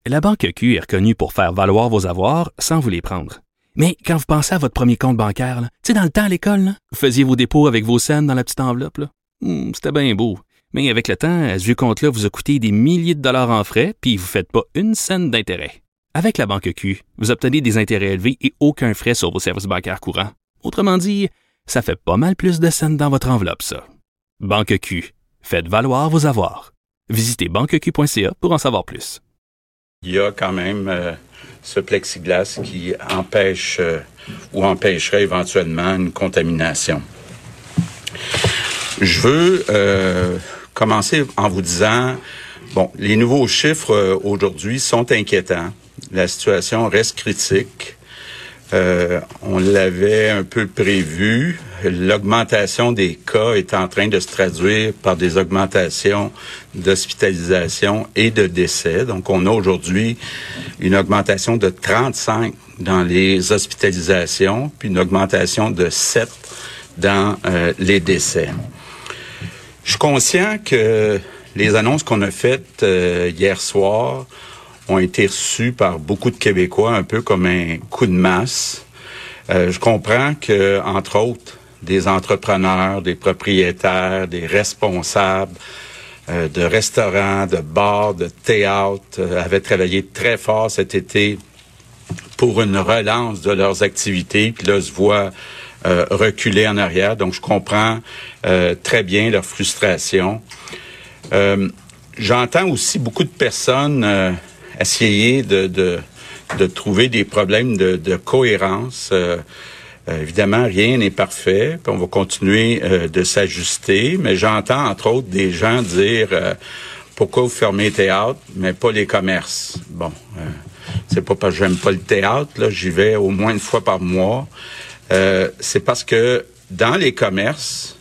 La Banque Q est reconnue pour faire valoir vos avoirs sans vous les prendre. Mais quand vous pensez à votre premier compte bancaire, tu sais, dans le temps à l'école, là, vous faisiez vos dépôts avec vos scènes dans la petite enveloppe. Là. C'était bien beau. Mais avec le temps, ce vieux compte-là vous a coûté des milliers de dollars en frais, puis vous ne faites pas une scène d'intérêt. Avec la Banque Q, vous obtenez des intérêts élevés et aucun frais sur vos services bancaires courants. Autrement dit, ça fait pas mal plus de scènes dans votre enveloppe, ça. Banque Q. Faites valoir vos avoirs. Visitez banqueq.ca pour en savoir plus. Il y a quand même ce plexiglas qui empêche ou empêcherait éventuellement une contamination. Je veux commencer en vous disant, les nouveaux chiffres aujourd'hui sont inquiétants. La situation reste critique. On l'avait un peu prévu. L'augmentation des cas est en train de se traduire par des augmentations d'hospitalisation et de décès. Donc, on a aujourd'hui une augmentation de 35 dans les hospitalisations, puis une augmentation de 7 dans les décès. Je suis conscient que les annonces qu'on a faites hier soir ont été reçues par beaucoup de Québécois un peu comme un coup de masse. Je comprends que, entre autres, des entrepreneurs, des propriétaires, des responsables de restaurants, de bars, de théâtres avaient travaillé très fort cet été pour une relance de leurs activités, puis là se voient reculer en arrière. Donc, je comprends très bien leur frustration. J'entends aussi beaucoup de personnes essayer de trouver des problèmes de cohérence. Évidemment, rien n'est parfait, puis on va continuer de s'ajuster, mais j'entends entre autres des gens dire pourquoi vous fermez les théâtres, mais pas les commerces. C'est pas parce que j'aime pas le théâtre, là, j'y vais au moins une fois par mois. C'est parce que dans les commerces,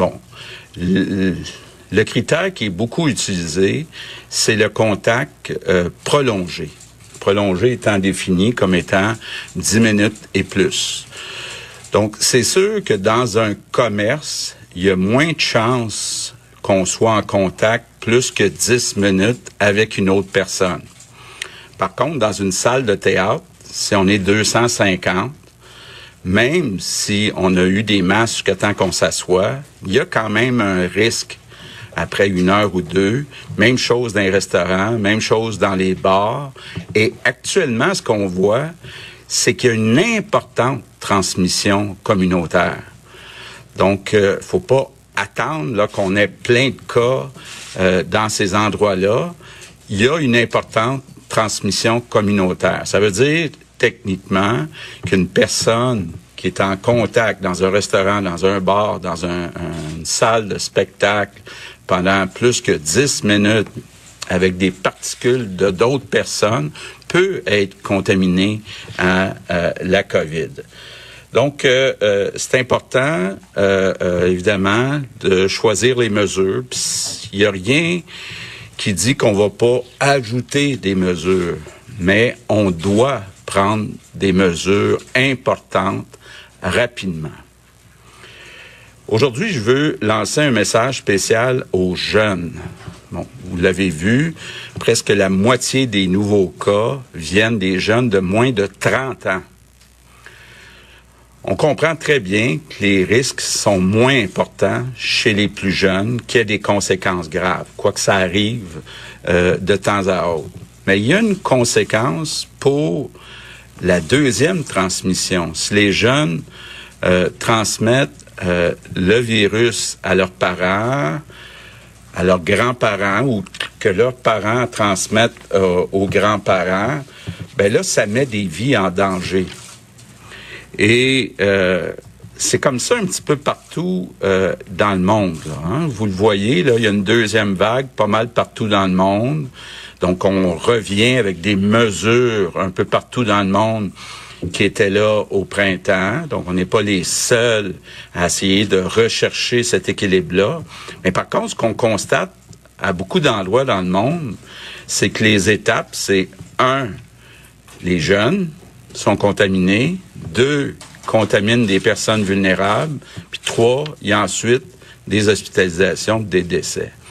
le critère qui est beaucoup utilisé, c'est le contact prolongé. Prolongé étant défini comme étant 10 minutes et plus. Donc, c'est sûr que dans un commerce, il y a moins de chances qu'on soit en contact plus que 10 minutes avec une autre personne. Par contre, dans une salle de théâtre, si on est 250, même si on a eu des masques jusqu'à temps qu'on s'assoit, il y a quand même un risque après 1 heure ou 2. Même chose dans les restaurants, même chose dans les bars. Et actuellement, ce qu'on voit, c'est qu'il y a une importante transmission communautaire. Donc, faut pas attendre là, qu'on ait plein de cas dans ces endroits-là. Il y a une importante transmission communautaire. Ça veut dire, techniquement, qu'une personne qui est en contact dans un restaurant, dans un bar, dans une salle de spectacle pendant plus que 10 minutes avec des particules de d'autres personnes peut être contaminée à la COVID. Donc, c'est important, évidemment, de choisir les mesures. Il n'y a rien qui dit qu'on va pas ajouter des mesures, mais on doit prendre des mesures importantes rapidement. Aujourd'hui, je veux lancer un message spécial aux jeunes. Vous l'avez vu, presque la moitié des nouveaux cas viennent des jeunes de moins de 30 ans. On comprend très bien que les risques sont moins importants chez les plus jeunes, qu'il y ait des conséquences graves, quoi que ça arrive de temps à autre. Mais il y a une conséquence pour la deuxième transmission. Si les jeunes transmettent le virus à leurs parents, à leurs grands-parents, ou que leurs parents transmettent aux grands-parents, ben là, ça met des vies en danger. Et c'est comme ça un petit peu partout dans le monde. Là, hein? Vous le voyez, là, il y a une deuxième vague pas mal partout dans le monde. Donc, on revient avec des mesures un peu partout dans le monde qui étaient là au printemps. Donc, on n'est pas les seuls à essayer de rechercher cet équilibre-là. Mais par contre, ce qu'on constate à beaucoup d'endroits dans le monde, c'est que les étapes, c'est 1, les jeunes sont contaminés, 2, contaminent des personnes vulnérables, puis 3, il y a ensuite des hospitalisations, des décès.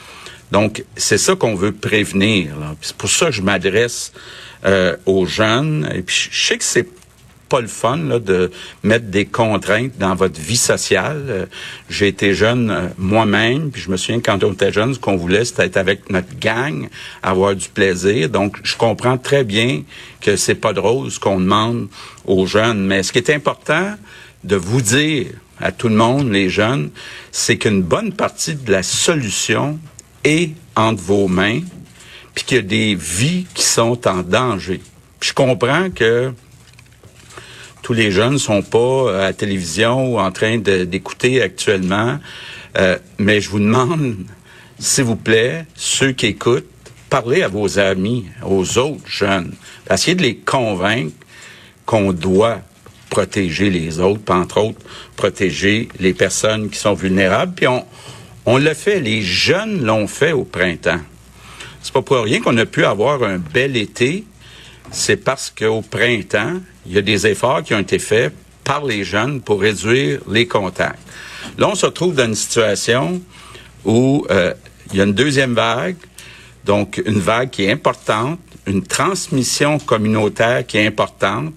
Donc, c'est ça qu'on veut prévenir, là. C'est pour ça que je m'adresse aux jeunes. Et puis, je sais que c'est pas le fun là, de mettre des contraintes dans votre vie sociale. J'ai été jeune moi-même, puis je me souviens quand on était jeune, ce qu'on voulait, c'était être avec notre gang, avoir du plaisir. Donc, je comprends très bien que c'est pas drôle ce qu'on demande aux jeunes. Mais ce qui est important de vous dire à tout le monde, les jeunes, c'est qu'une bonne partie de la solution est entre vos mains, puis qu'il y a des vies qui sont en danger. Puis je comprends que tous les jeunes sont pas à la télévision ou en train d'écouter actuellement, mais je vous demande, s'il vous plaît, ceux qui écoutent, parlez à vos amis, aux autres jeunes, essayez de les convaincre qu'on doit protéger les autres, puis entre autres, protéger les personnes qui sont vulnérables. Puis on l'a fait, les jeunes l'ont fait au printemps. C'est pas pour rien qu'on a pu avoir un bel été, c'est parce qu'au printemps, il y a des efforts qui ont été faits par les jeunes pour réduire les contacts. Là, on se retrouve dans une situation où il y a une deuxième vague, donc une vague qui est importante, une transmission communautaire qui est importante,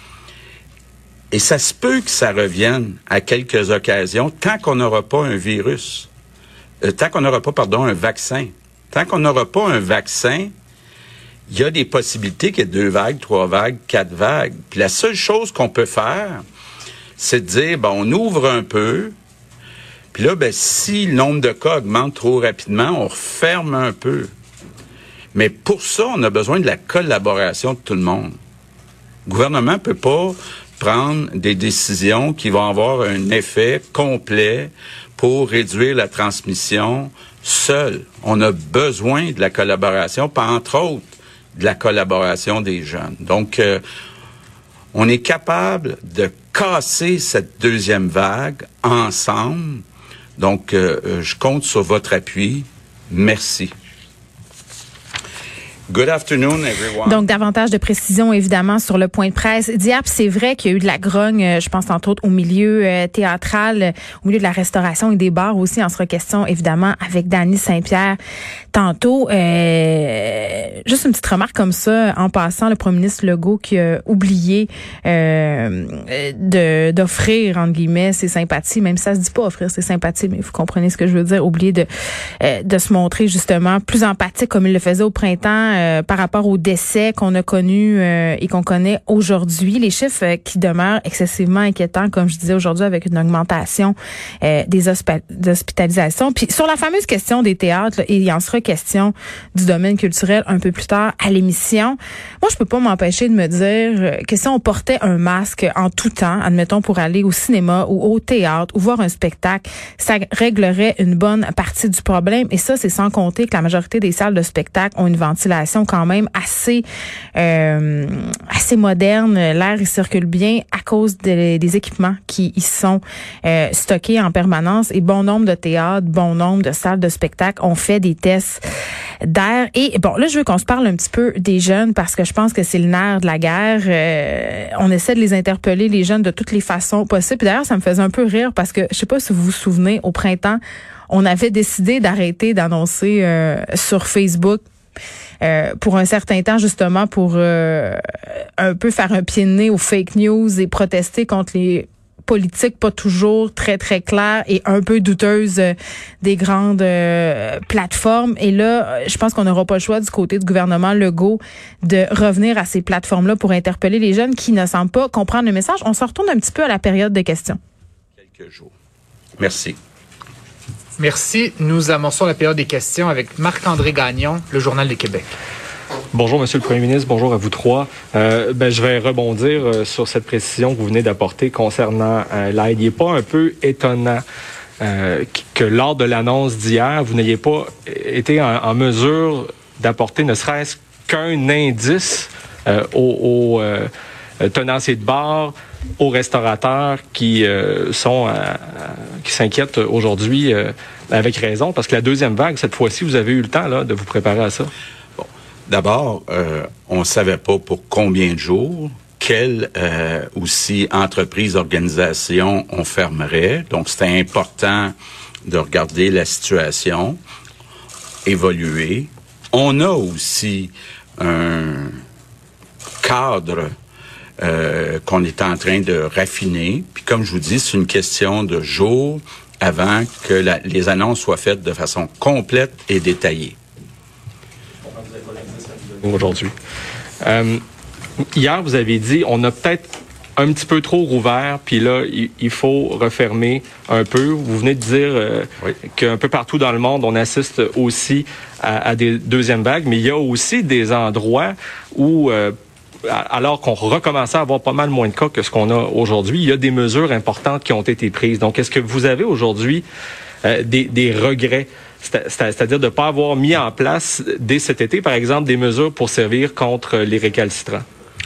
et ça se peut que ça revienne à quelques occasions tant qu'on n'aura pas un virus, tant qu'on n'aura pas, un vaccin. Tant qu'on n'aura pas un vaccin, il y a des possibilités qu'il y ait 2 vagues, 3 vagues, 4 vagues. Puis la seule chose qu'on peut faire, c'est de dire, on ouvre un peu, puis là, si le nombre de cas augmente trop rapidement, on referme un peu. Mais pour ça, on a besoin de la collaboration de tout le monde. Le gouvernement ne peut pas prendre des décisions qui vont avoir un effet complet pour réduire la transmission seul. On a besoin de la collaboration, pas entre autres de la collaboration des jeunes. Donc, on est capable de casser cette deuxième vague ensemble. Donc, je compte sur votre appui. Merci. Good afternoon, everyone. Donc, davantage de précisions, évidemment, sur le point de presse d'hier. Puis c'est vrai qu'il y a eu de la grogne, je pense, entre autres, au milieu théâtral, au milieu de la restauration et des bars aussi. En sera question, évidemment, avec Dany Saint-Pierre tantôt. Juste une petite remarque comme ça, en passant, le premier ministre Legault qui a oublié d'offrir, entre guillemets, ses sympathies, même si ça se dit pas offrir ses sympathies, mais vous comprenez ce que je veux dire, oublier de se montrer, justement, plus empathique comme il le faisait au printemps, par rapport aux décès qu'on a connus et qu'on connaît aujourd'hui. Les chiffres qui demeurent excessivement inquiétants, comme je disais aujourd'hui, avec une augmentation des hospitalisations. Puis sur la fameuse question des théâtres, là, et il en sera question du domaine culturel un peu plus tard à l'émission. Moi, je peux pas m'empêcher de me dire que si on portait un masque en tout temps, admettons pour aller au cinéma ou au théâtre ou voir un spectacle, ça réglerait une bonne partie du problème. Et ça, c'est sans compter que la majorité des salles de spectacle ont une ventilation quand même assez moderne. L'air, il circule bien à cause des équipements qui y sont stockés en permanence. Et bon nombre de théâtres, bon nombre de salles de spectacle ont fait des tests d'air. Et bon, là, je veux qu'on se parle un petit peu des jeunes parce que je pense que c'est le nerf de la guerre. On essaie de les interpeller, les jeunes, de toutes les façons possibles. Puis d'ailleurs, ça me faisait un peu rire parce que, je sais pas si vous vous souvenez, au printemps, on avait décidé d'arrêter d'annoncer sur Facebook pour un certain temps, justement, pour un peu faire un pied de nez aux fake news et protester contre les politiques pas toujours très, très claires et un peu douteuses des grandes plateformes. Et là, je pense qu'on n'aura pas le choix du côté du gouvernement Legault de revenir à ces plateformes-là pour interpeller les jeunes qui ne semblent pas comprendre le message. On se retourne un petit peu à la période de questions. Quelques jours. Merci. Merci. Nous amorçons la période des questions avec Marc-André Gagnon, le Journal de Québec. Bonjour, Monsieur le Premier ministre. Bonjour à vous trois. Je vais rebondir sur cette précision que vous venez d'apporter concernant l'aide. Il n'est pas un peu étonnant que lors de l'annonce d'hier, vous n'ayez pas été en mesure d'apporter ne serait-ce qu'un indice aux tenanciers de bar, aux restaurateurs qui s'inquiètent aujourd'hui avec raison, parce que la deuxième vague, cette fois-ci, vous avez eu le temps là, de vous préparer à ça. Bon, d'abord, on ne savait pas pour combien de jours, quelles aussi entreprises, organisations on fermerait. Donc, c'était important de regarder la situation. évoluer. On a aussi un cadre qu'on est en train de raffiner. Puis comme je vous dis, c'est une question de jours avant que les annonces soient faites de façon complète et détaillée. Aujourd'hui. Hier, vous avez dit, on a peut-être un petit peu trop rouvert, puis là, il faut refermer un peu. Vous venez de dire qu'un peu partout dans le monde, on assiste aussi à des deuxièmes vagues, mais il y a aussi des endroits où, alors qu'on recommençait à avoir pas mal moins de cas que ce qu'on a aujourd'hui, il y a des mesures importantes qui ont été prises. Donc, est-ce que vous avez aujourd'hui des regrets? C'est-à-dire de ne pas avoir mis en place dès cet été, par exemple, des mesures pour servir contre les récalcitrants?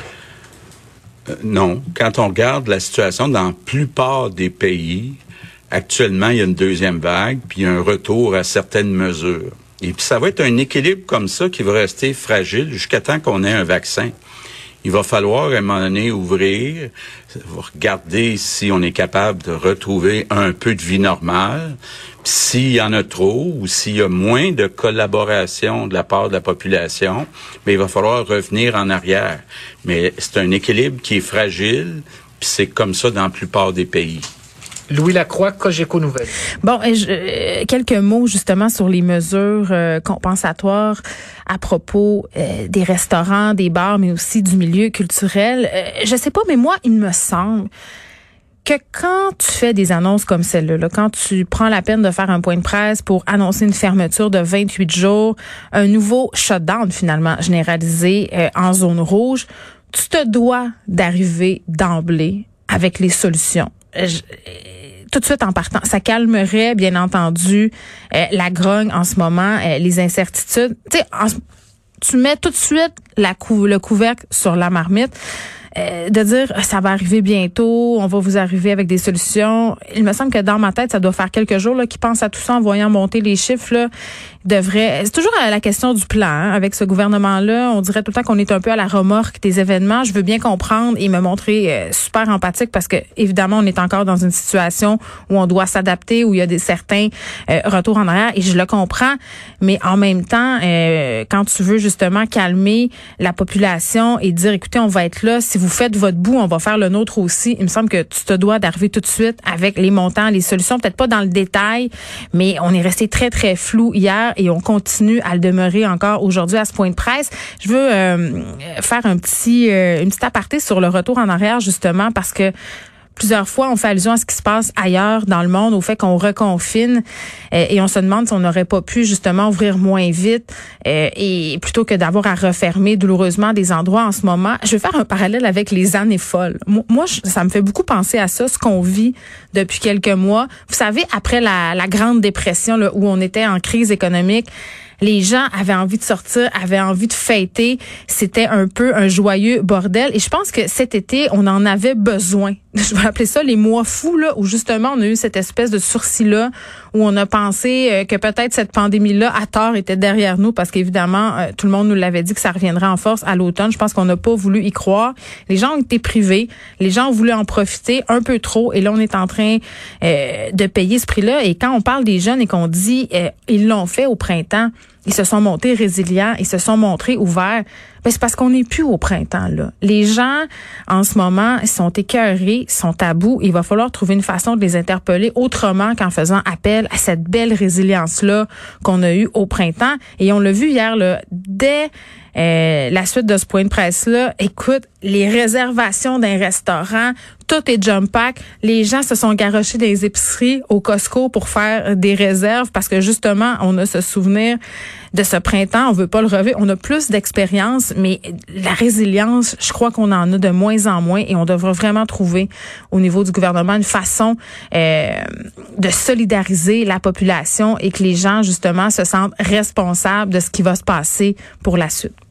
Non. Quand on regarde la situation dans la plupart des pays, actuellement, il y a une deuxième vague, puis un retour à certaines mesures. Et puis ça va être un équilibre comme ça qui va rester fragile jusqu'à temps qu'on ait un vaccin. Il va falloir, à un moment donné, ouvrir, regarder si on est capable de retrouver un peu de vie normale. Puis s'il y en a trop ou s'il y a moins de collaboration de la part de la population, mais il va falloir revenir en arrière. Mais c'est un équilibre qui est fragile, puis c'est comme ça dans la plupart des pays. Louis Lacroix, Cogeco Nouvelles. Bon, quelques mots justement sur les mesures compensatoires à propos des restaurants, des bars, mais aussi du milieu culturel. Je sais pas, mais moi, il me semble que quand tu fais des annonces comme celle-là, quand tu prends la peine de faire un point de presse pour annoncer une fermeture de 28 jours, un nouveau shutdown finalement généralisé en zone rouge, tu te dois d'arriver d'emblée avec les solutions. Tout de suite en partant, ça calmerait bien entendu la grogne en ce moment, les incertitudes. Tu sais, tu mets tout de suite le couvercle sur la marmite. De dire ça va arriver bientôt, on va vous arriver avec des solutions. Il me semble que dans ma tête, ça doit faire quelques jours là, qu'ils pensent à tout ça en voyant monter les chiffres. Là, c'est toujours la question du plan. Hein, avec ce gouvernement-là, on dirait tout le temps qu'on est un peu à la remorque des événements. Je veux bien comprendre et me montrer super empathique parce que évidemment, on est encore dans une situation où on doit s'adapter, où il y a certains retours en arrière et je le comprends. Mais en même temps, quand tu veux justement calmer la population et dire, écoutez, on va être là, si vous faites votre bout, on va faire le nôtre aussi. Il me semble que tu te dois d'arriver tout de suite avec les montants, les solutions, peut-être pas dans le détail, mais on est resté très, très flou hier et on continue à le demeurer encore aujourd'hui à ce point de presse. Je veux faire une petite aparté sur le retour en arrière, justement, parce que plusieurs fois, on fait allusion à ce qui se passe ailleurs dans le monde, au fait qu'on reconfine et on se demande si on n'aurait pas pu justement ouvrir moins vite et plutôt que d'avoir à refermer douloureusement des endroits en ce moment. Je vais faire un parallèle avec les années folles. Moi, ça me fait beaucoup penser à ça, ce qu'on vit depuis quelques mois. Vous savez, après la Grande Dépression, là, où on était en crise économique, les gens avaient envie de sortir, avaient envie de fêter. C'était un peu un joyeux bordel. Et je pense que cet été, on en avait besoin. Je vais appeler ça les mois fous, là, où justement, on a eu cette espèce de sursis-là, où on a pensé que peut-être cette pandémie-là, à tort, était derrière nous, parce qu'évidemment, tout le monde nous l'avait dit que ça reviendrait en force à l'automne. Je pense qu'on n'a pas voulu y croire. Les gens ont été privés. Les gens ont voulu en profiter un peu trop. Et là, on est en train de payer ce prix-là. Et quand on parle des jeunes et qu'on dit ils l'ont fait au printemps, ils se sont montrés résilients, ils se sont montrés ouverts. Ben, c'est parce qu'on n'est plus au printemps, là. Les gens, en ce moment, sont écœurés, sont à bout. Il va falloir trouver une façon de les interpeller autrement qu'en faisant appel à cette belle résilience-là qu'on a eue au printemps. Et on l'a vu hier, là, dès la suite de ce point de presse-là. Écoute, les réservations d'un restaurant, tout est jump pack. Les gens se sont garochés dans les épiceries au Costco pour faire des réserves parce que justement, on a ce souvenir de ce printemps. On veut pas le revivre. On a plus d'expérience, mais la résilience, je crois qu'on en a de moins en moins et on devrait vraiment trouver au niveau du gouvernement une façon de solidariser la population et que les gens, justement, se sentent responsables de ce qui va se passer pour la suite.